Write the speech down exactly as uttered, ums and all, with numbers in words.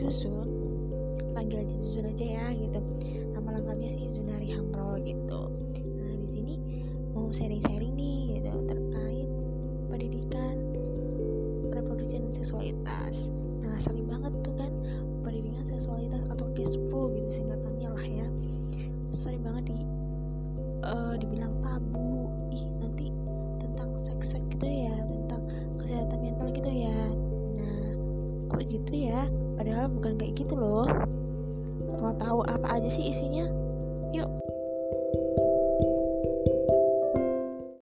Zuzun, panggil aja Zuzun aja ya gitu. Nama lengkapnya sih Zunari Hamro gitu. Nah di sini mau sharing-sharing nih gitu terkait pendidikan reproduksi dan seksualitas. Nah sering banget tuh kan pendidikan seksualitas atau KESPO gitu singkatannya lah ya, sering banget di uh, dibilang tabu, ih nanti tentang seks-seks gitu ya, tentang kesehatan mental gitu ya. Nah kok gitu ya, padahal bukan kayak gitu loh. Mau tahu apa aja sih isinya? Yuk